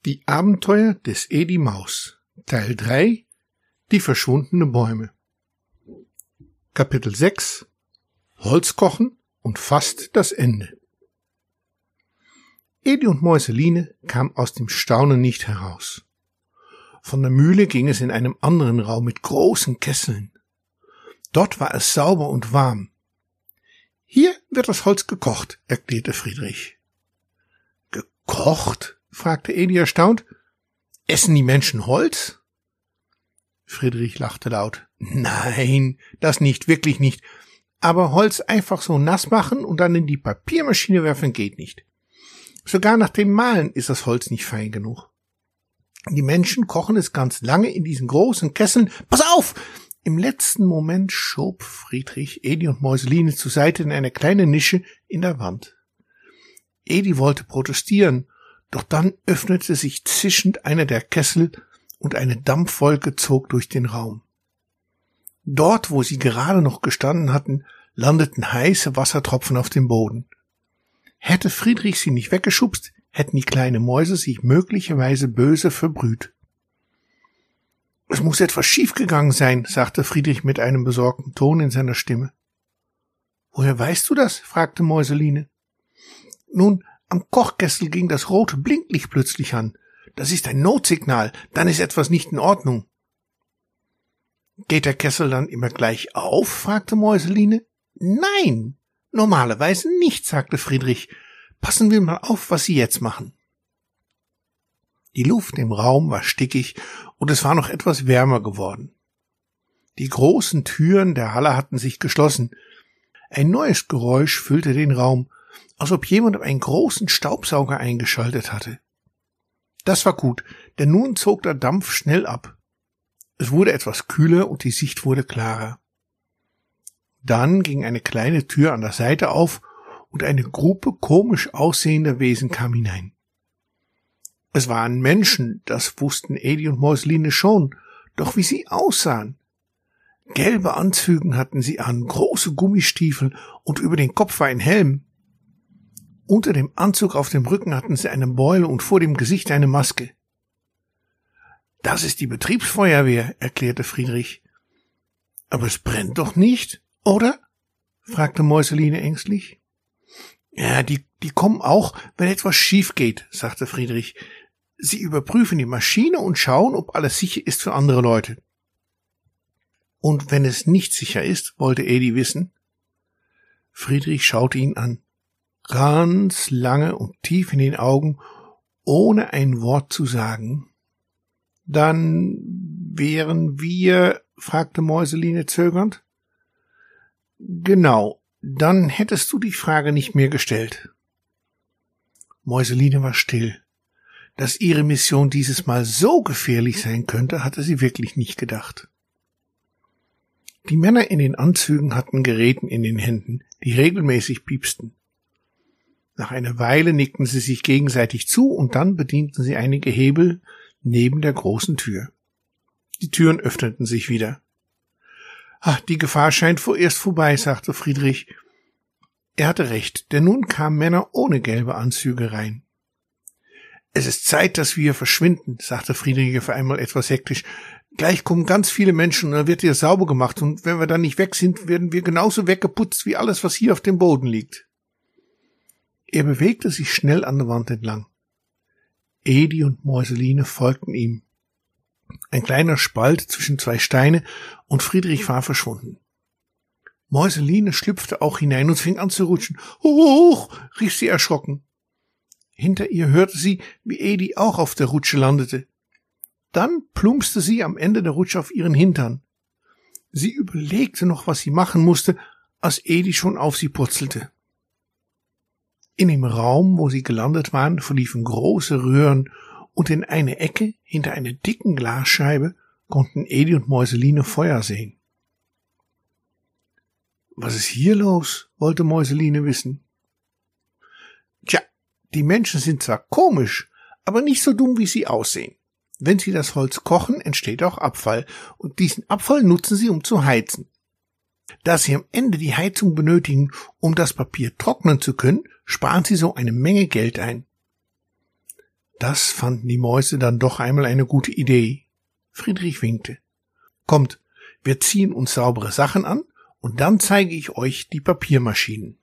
Die Abenteuer des Edi Maus Teil 3 Die verschwundene Bäume Kapitel 6 Holz kochen und fast das Ende. Edi und Mäuseline kamen aus dem Staunen nicht heraus. Von der Mühle ging es in einem anderen Raum mit großen Kesseln. Dort war es sauber und warm. Hier wird das Holz gekocht, erklärte Friedrich. Gekocht? Fragte Edi erstaunt. Essen die Menschen Holz? Friedrich lachte laut. Nein, das nicht, wirklich nicht. Aber Holz einfach so nass machen und dann in die Papiermaschine werfen geht nicht. Sogar nach dem Mahlen ist das Holz nicht fein genug. Die Menschen kochen es ganz lange in diesen großen Kesseln. Pass auf! Im letzten Moment schob Friedrich Edi und Mäuseline zur Seite in eine kleine Nische in der Wand. Edi wollte protestieren, doch dann öffnete sich zischend einer der Kessel und eine Dampfwolke zog durch den Raum. Dort, wo sie gerade noch gestanden hatten, landeten heiße Wassertropfen auf dem Boden. Hätte Friedrich sie nicht weggeschubst, hätten die kleinen Mäuse sich möglicherweise böse verbrüht. Es muss etwas schiefgegangen sein, sagte Friedrich mit einem besorgten Ton in seiner Stimme. Woher weißt du das? Fragte Mäuseline. Nun, am Kochkessel ging das rote Blinklicht plötzlich an. Das ist ein Notsignal, dann ist etwas nicht in Ordnung. Geht der Kessel dann immer gleich auf? Fragte Mäuseline. Nein, normalerweise nicht, sagte Friedrich. Passen wir mal auf, was Sie jetzt machen. Die Luft im Raum war stickig und es war noch etwas wärmer geworden. Die großen Türen der Halle hatten sich geschlossen. Ein neues Geräusch füllte den Raum, als ob jemand einen großen Staubsauger eingeschaltet hatte. Das war gut, denn nun zog der Dampf schnell ab. Es wurde etwas kühler und die Sicht wurde klarer. Dann ging eine kleine Tür an der Seite auf und eine Gruppe komisch aussehender Wesen kam hinein. Es waren Menschen, das wussten Edi und Mäuseline schon, doch wie sie aussahen. Gelbe Anzüge hatten sie an, große Gummistiefel und über den Kopf war ein Helm. Unter dem Anzug auf dem Rücken hatten sie eine Beule und vor dem Gesicht eine Maske. Das ist die Betriebsfeuerwehr, erklärte Friedrich. Aber es brennt doch nicht, oder? Fragte Mäuseline ängstlich. Ja, die kommen auch, wenn etwas schief geht, sagte Friedrich. Sie überprüfen die Maschine und schauen, ob alles sicher ist für andere Leute. Und wenn es nicht sicher ist, wollte Edi wissen. Friedrich schaute ihn an, ganz lange und tief in den Augen, ohne ein Wort zu sagen. Dann wären wir, fragte Mäuseline zögernd. Genau, dann hättest du die Frage nicht mehr gestellt. Mäuseline war still. Dass ihre Mission dieses Mal so gefährlich sein könnte, hatte sie wirklich nicht gedacht. Die Männer in den Anzügen hatten Geräten in den Händen, die regelmäßig piepsten. Nach einer Weile nickten sie sich gegenseitig zu und dann bedienten sie einige Hebel neben der großen Tür. Die Türen öffneten sich wieder. Die Gefahr scheint vorerst vorbei, sagte Friedrich. Er hatte recht, denn nun kamen Männer ohne gelbe Anzüge rein. Es ist Zeit, dass wir verschwinden, sagte Friedrich auf einmal etwas hektisch. Gleich kommen ganz viele Menschen und dann wird hier sauber gemacht und wenn wir dann nicht weg sind, werden wir genauso weggeputzt wie alles, was hier auf dem Boden liegt. Er bewegte sich schnell an der Wand entlang. Edi und Mäuseline folgten ihm. Ein kleiner Spalt zwischen zwei Steine und Friedrich war verschwunden. Mäuseline schlüpfte auch hinein und fing an zu rutschen. Hoch! Rief sie erschrocken. Hinter ihr hörte sie, wie Edi auch auf der Rutsche landete. Dann plumpste sie am Ende der Rutsche auf ihren Hintern. Sie überlegte noch, was sie machen musste, als Edi schon auf sie purzelte. In dem Raum, wo sie gelandet waren, verliefen große Röhren und in eine Ecke, hinter einer dicken Glasscheibe, konnten Edi und Mäuseline Feuer sehen. Was ist hier los? Wollte Mäuseline wissen. Tja, die Menschen sind zwar komisch, aber nicht so dumm, wie sie aussehen. Wenn sie das Holz kochen, entsteht auch Abfall, und diesen Abfall nutzen sie, um zu heizen. Da sie am Ende die Heizung benötigen, um das Papier trocknen zu können, sparen sie so eine Menge Geld ein. Das fanden die Mäuse dann doch einmal eine gute Idee. Friedrich winkte. Kommt, wir ziehen uns saubere Sachen an und dann zeige ich euch die Papiermaschinen.